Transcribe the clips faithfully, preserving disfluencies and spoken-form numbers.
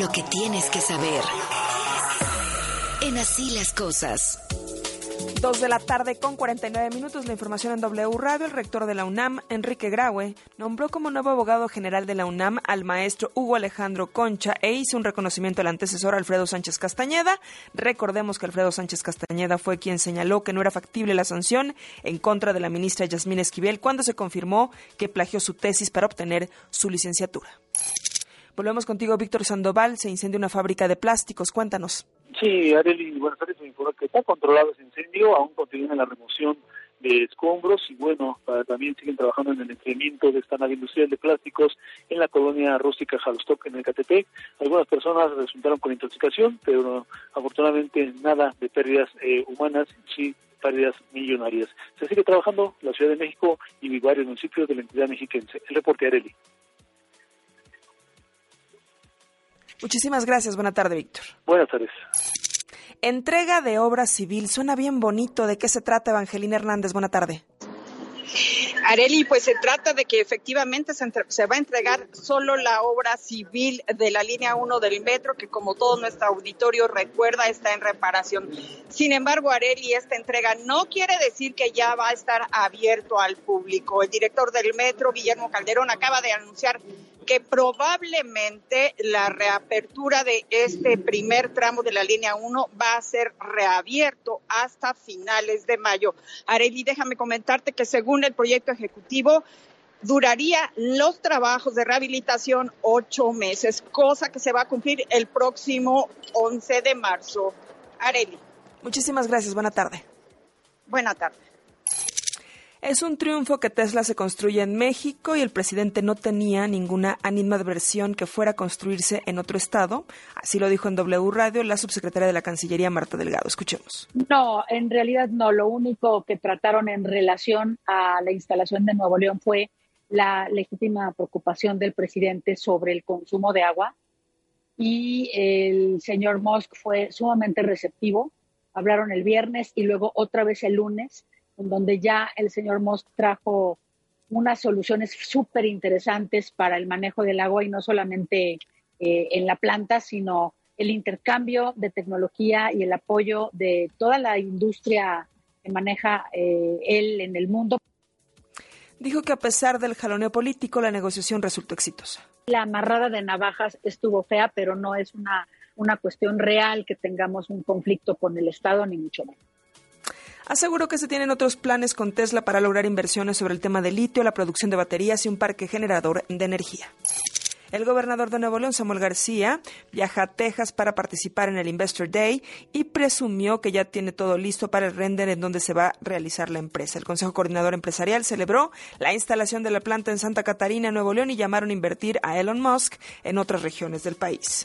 Lo que tienes que saber. En Así las Cosas. Dos de la tarde con cuarenta y nueve minutos, la información en W Radio. El rector de la UNAM, Enrique Graue, nombró como nuevo abogado general de la UNAM al maestro Hugo Alejandro Concha e hizo un reconocimiento al antecesor Alfredo Sánchez Castañeda. Recordemos que Alfredo Sánchez Castañeda fue quien señaló que no era factible la sanción en contra de la ministra Yasmín Esquivel cuando se confirmó que plagió su tesis para obtener su licenciatura. Volvemos contigo, Víctor Sandoval. Se incendia una fábrica de plásticos. Cuéntanos. Sí, Arely, buenas tardes. Me informa que está controlado ese incendio, aún continúa la remoción de escombros y bueno, para, también siguen trabajando en el enfriamiento de esta nave industrial de plásticos en la colonia rústica Jalostoc, en Ecatepec. Algunas personas resultaron con intoxicación, pero afortunadamente nada de pérdidas eh, humanas, sí pérdidas millonarias. Se sigue trabajando en la Ciudad de México y varios municipios de la entidad mexiquense. El reporte, Arely. Muchísimas gracias. Buena tarde, Víctor. Buenas tardes. Entrega de obra civil. Suena bien bonito. ¿De qué se trata, Evangelina Hernández? Buena tarde. Arely, pues se trata de que efectivamente se, entre, se va a entregar solo la obra civil de la línea uno del metro, que como todo nuestro auditorio recuerda, está en reparación. Sin embargo, Arely, esta entrega no quiere decir que ya va a estar abierto al público. El director del metro, Guillermo Calderón, acaba de anunciar que probablemente la reapertura de este primer tramo de la línea uno va a ser reabierto hasta finales de mayo. Arely, déjame comentarte que según el proyecto ejecutivo, duraría los trabajos de rehabilitación ocho meses, cosa que se va a cumplir el próximo once de marzo. Arely. Muchísimas gracias. Buena tarde. Buena tarde. Es un triunfo que Tesla se construye en México y el presidente no tenía ninguna animadversión que fuera a construirse en otro estado. Así lo dijo en W Radio la subsecretaria de la Cancillería, Marta Delgado. Escuchemos. No, en realidad no. Lo único que trataron en relación a la instalación de Nuevo León fue la legítima preocupación del presidente sobre el consumo de agua. Y el señor Musk fue sumamente receptivo. Hablaron el viernes y luego otra vez el lunes, en donde ya el señor Musk trajo unas soluciones súper interesantes para el manejo del agua y no solamente eh, en la planta, sino el intercambio de tecnología y el apoyo de toda la industria que maneja eh, él en el mundo. Dijo que a pesar del jaloneo político, la negociación resultó exitosa. La amarrada de navajas estuvo fea, pero no es una, una cuestión real que tengamos un conflicto con el Estado, ni mucho menos. Aseguró que se tienen otros planes con Tesla para lograr inversiones sobre el tema del litio, la producción de baterías y un parque generador de energía. El gobernador de Nuevo León, Samuel García, viaja a Texas para participar en el Investor Day y presumió que ya tiene todo listo para el render en donde se va a realizar la empresa. El Consejo Coordinador Empresarial celebró la instalación de la planta en Santa Catarina, Nuevo León, y llamaron a invertir a Elon Musk en otras regiones del país.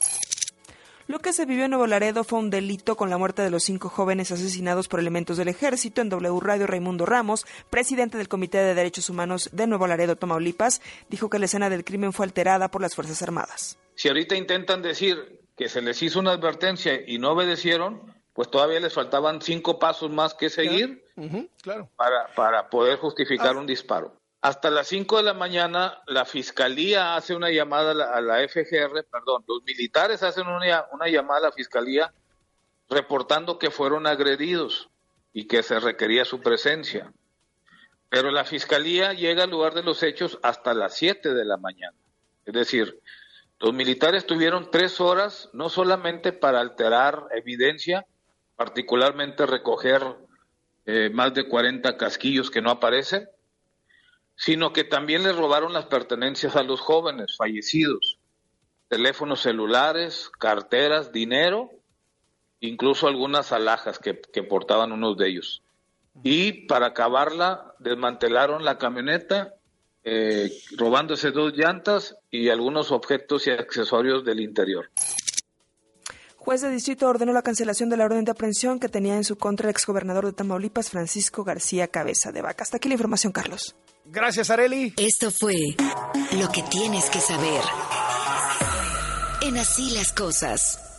Lo que se vivió en Nuevo Laredo fue un delito con la muerte de los cinco jóvenes asesinados por elementos del ejército. En W Radio, Raimundo Ramos, presidente del Comité de Derechos Humanos de Nuevo Laredo, Tamaulipas, dijo que la escena del crimen fue alterada por las Fuerzas Armadas. Si ahorita intentan decir que se les hizo una advertencia y no obedecieron, pues todavía les faltaban cinco pasos más que seguir uh-huh, claro. para, para poder justificar ah. un disparo. Hasta las cinco de la mañana, la Fiscalía hace una llamada a la, a la F G R, perdón, los militares hacen una, una llamada a la Fiscalía reportando que fueron agredidos y que se requería su presencia. Pero la Fiscalía llega al lugar de los hechos hasta las siete de la mañana. Es decir, los militares tuvieron tres horas no solamente para alterar evidencia, particularmente recoger eh, más de cuarenta casquillos que no aparecen, sino que también les robaron las pertenencias a los jóvenes fallecidos, teléfonos celulares, carteras, dinero, incluso algunas alhajas que, que portaban unos de ellos. Y para acabarla, desmantelaron la camioneta, eh, robándose dos llantas y algunos objetos y accesorios del interior. Juez de distrito ordenó la cancelación de la orden de aprehensión que tenía en su contra el exgobernador de Tamaulipas, Francisco García Cabeza de Vaca. Hasta aquí la información, Carlos. Gracias, Arely. Esto fue Lo que tienes que saber en Así las Cosas.